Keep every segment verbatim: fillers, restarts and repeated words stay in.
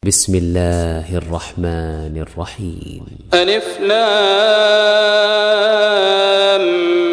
بسم الله الرحمن الرحيم. ألف لام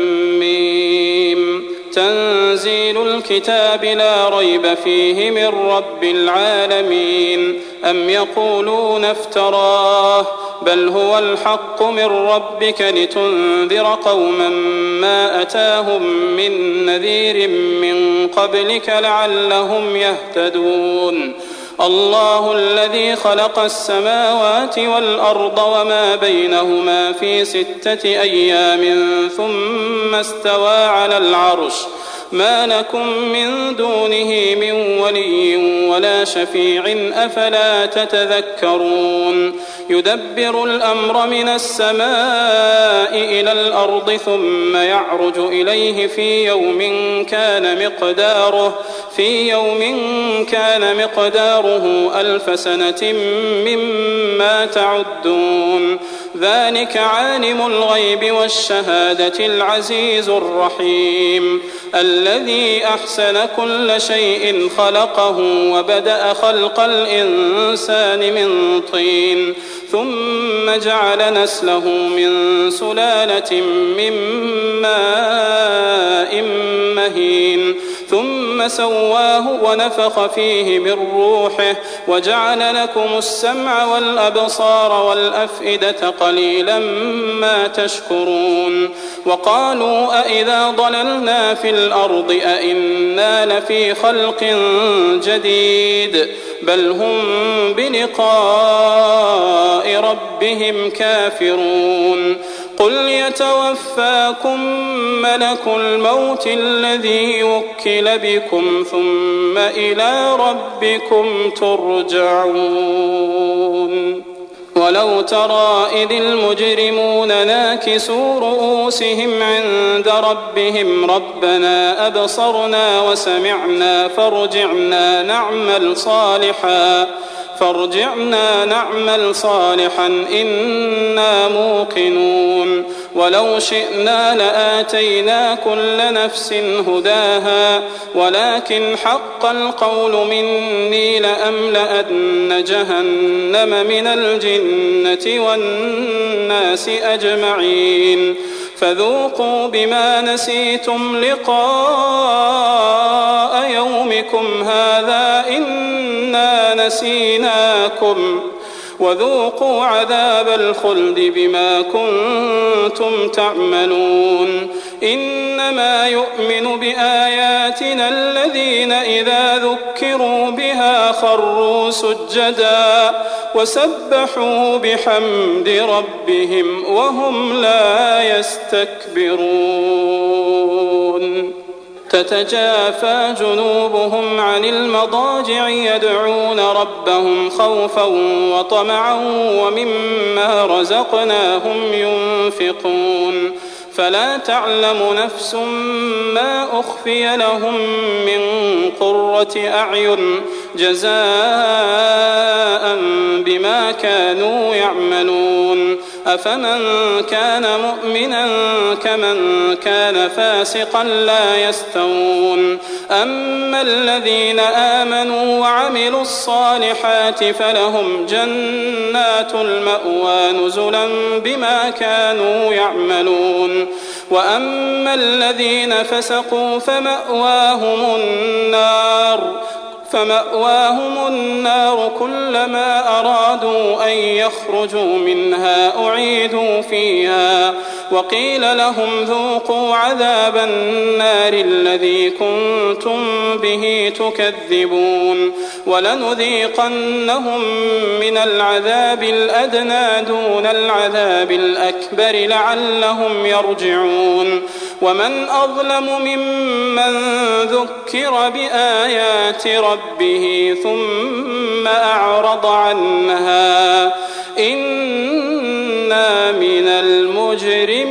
ميم. تنزيل الكتاب لا ريب فيه من رب العالمين. أم يقولون افتراه بل هو الحق من ربك لتنذر قوما ما أتاهم من نذير من قبلك لعلهم يهتدون. الله الذي خلق السماوات والأرض وما بينهما في ستة أيام ثم استوى على العرش ما لكم من دونه من ولي ولا شفيع أفلا تتذكرون. يدبر الأمر من السماء إلى الأرض ثم يعرج إليه في يوم كان مقداره في يوم كان مقداره ألف سنة مما تعدون. ذلك عالم الغيب والشهادة العزيز الرحيم الذي أحسن كل شيء خلقه وبدأ خلق الإنسان من طين ثم جعل نسله من سلالة من ماء مهين ثم سواه ونفخ فيه من روحه وجعل لكم السمع والأبصار والأفئدة قليلا ما تشكرون. وقالوا أإذا ضللنا في الأرض أإنا لفي خلق جديد بل هم بلقاء ربهم كافرون. قل يتوفاكم ملك الموت الذي وكل بكم ثم إلى ربكم ترجعون. ولو ترى إذ المجرمون ناكسوا رؤوسهم عند ربهم ربنا أبصرنا وسمعنا فارجعنا نعمل صالحا فارجعنا نعمل صالحا إنا موقنون. ولو شئنا لآتينا كل نفس هداها ولكن حق القول مني لأملأن جهنم من الجنة والناس أجمعين. فذوقوا بما نسيتم لقاء يومكم هذا إنا نسيناكم وذوقوا عذاب الخلد بما كنتم تعملون. إنما يؤمن بآياتنا الذين إذا ذكروا بها خروا سجدا وسبحوا بحمد ربهم وهم لا يستكبرون. تتجافى جنوبهم عن المضاجع يدعون ربهم خوفا وطمعا ومما رزقناهم ينفقون. فلا تعلم نفس ما أخفي لهم من قرة أعين جزاء بما كانوا يعملون. أفمن كان مؤمنا كمن كان فاسقا لا يستوون. أما الذين آمنوا وعملوا الصالحات فلهم جنات المأوى نزلا بما كانوا يعملون. وأما الذين فسقوا فمأواهم النار فمأواهم النار كلما أرادوا أن يخرجوا منها أعيدوا فيها وقيل لهم ذوقوا عذاب النار الذي كنتم به تكذبون. ولنذيقنهم من العذاب الأدنى دون العذاب الأكبر لعلهم يرجعون. ومن أظلم ممن ذكر بآيات ربه ثم أعرض عنها إنا من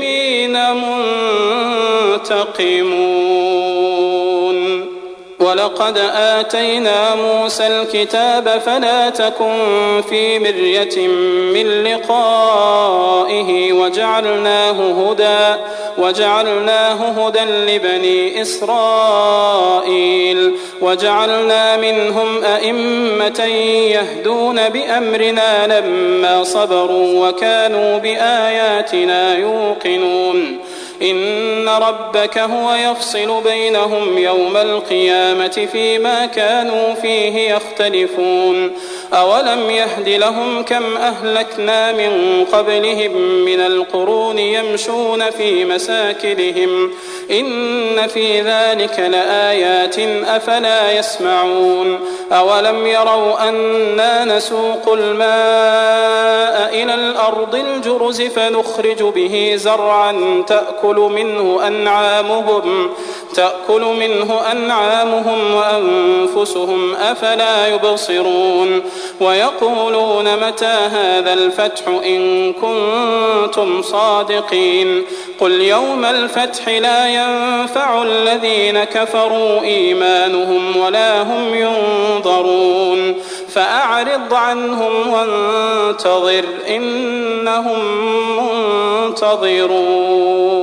المجرمين منتقمون. ولقد ولقد آتينا موسى الكتاب فلا تكن في مرية من لقائه وجعلناه هدى وجعلناه هدى لبني إسرائيل وجعلنا منهم أئمة يهدون بأمرنا لما صبروا وكانوا بآياتنا يوقنون إن ربك هو يفصل بينهم يوم القيامة فيما كانوا فيه يختلفون أولم يهد لهم كم أهلكنا من قبلهم من القرون يمشون في مساكنهم إن في ذلك لآيات أفلا يسمعون أولم يروا أنا نسوق الماء إلى الأرض الجرز فنخرج به زرعا تأكل منه أنعامهم تأكل منه أنعامهم وأنفسهم أفلا يبصرون ويقولون متى هذا الفتح إن كنتم صادقين قل يوم الفتح لا ينفع الذين كفروا إيمانهم ولا هم ينظرون فأعرض عنهم وانتظر إنهم منتظرون.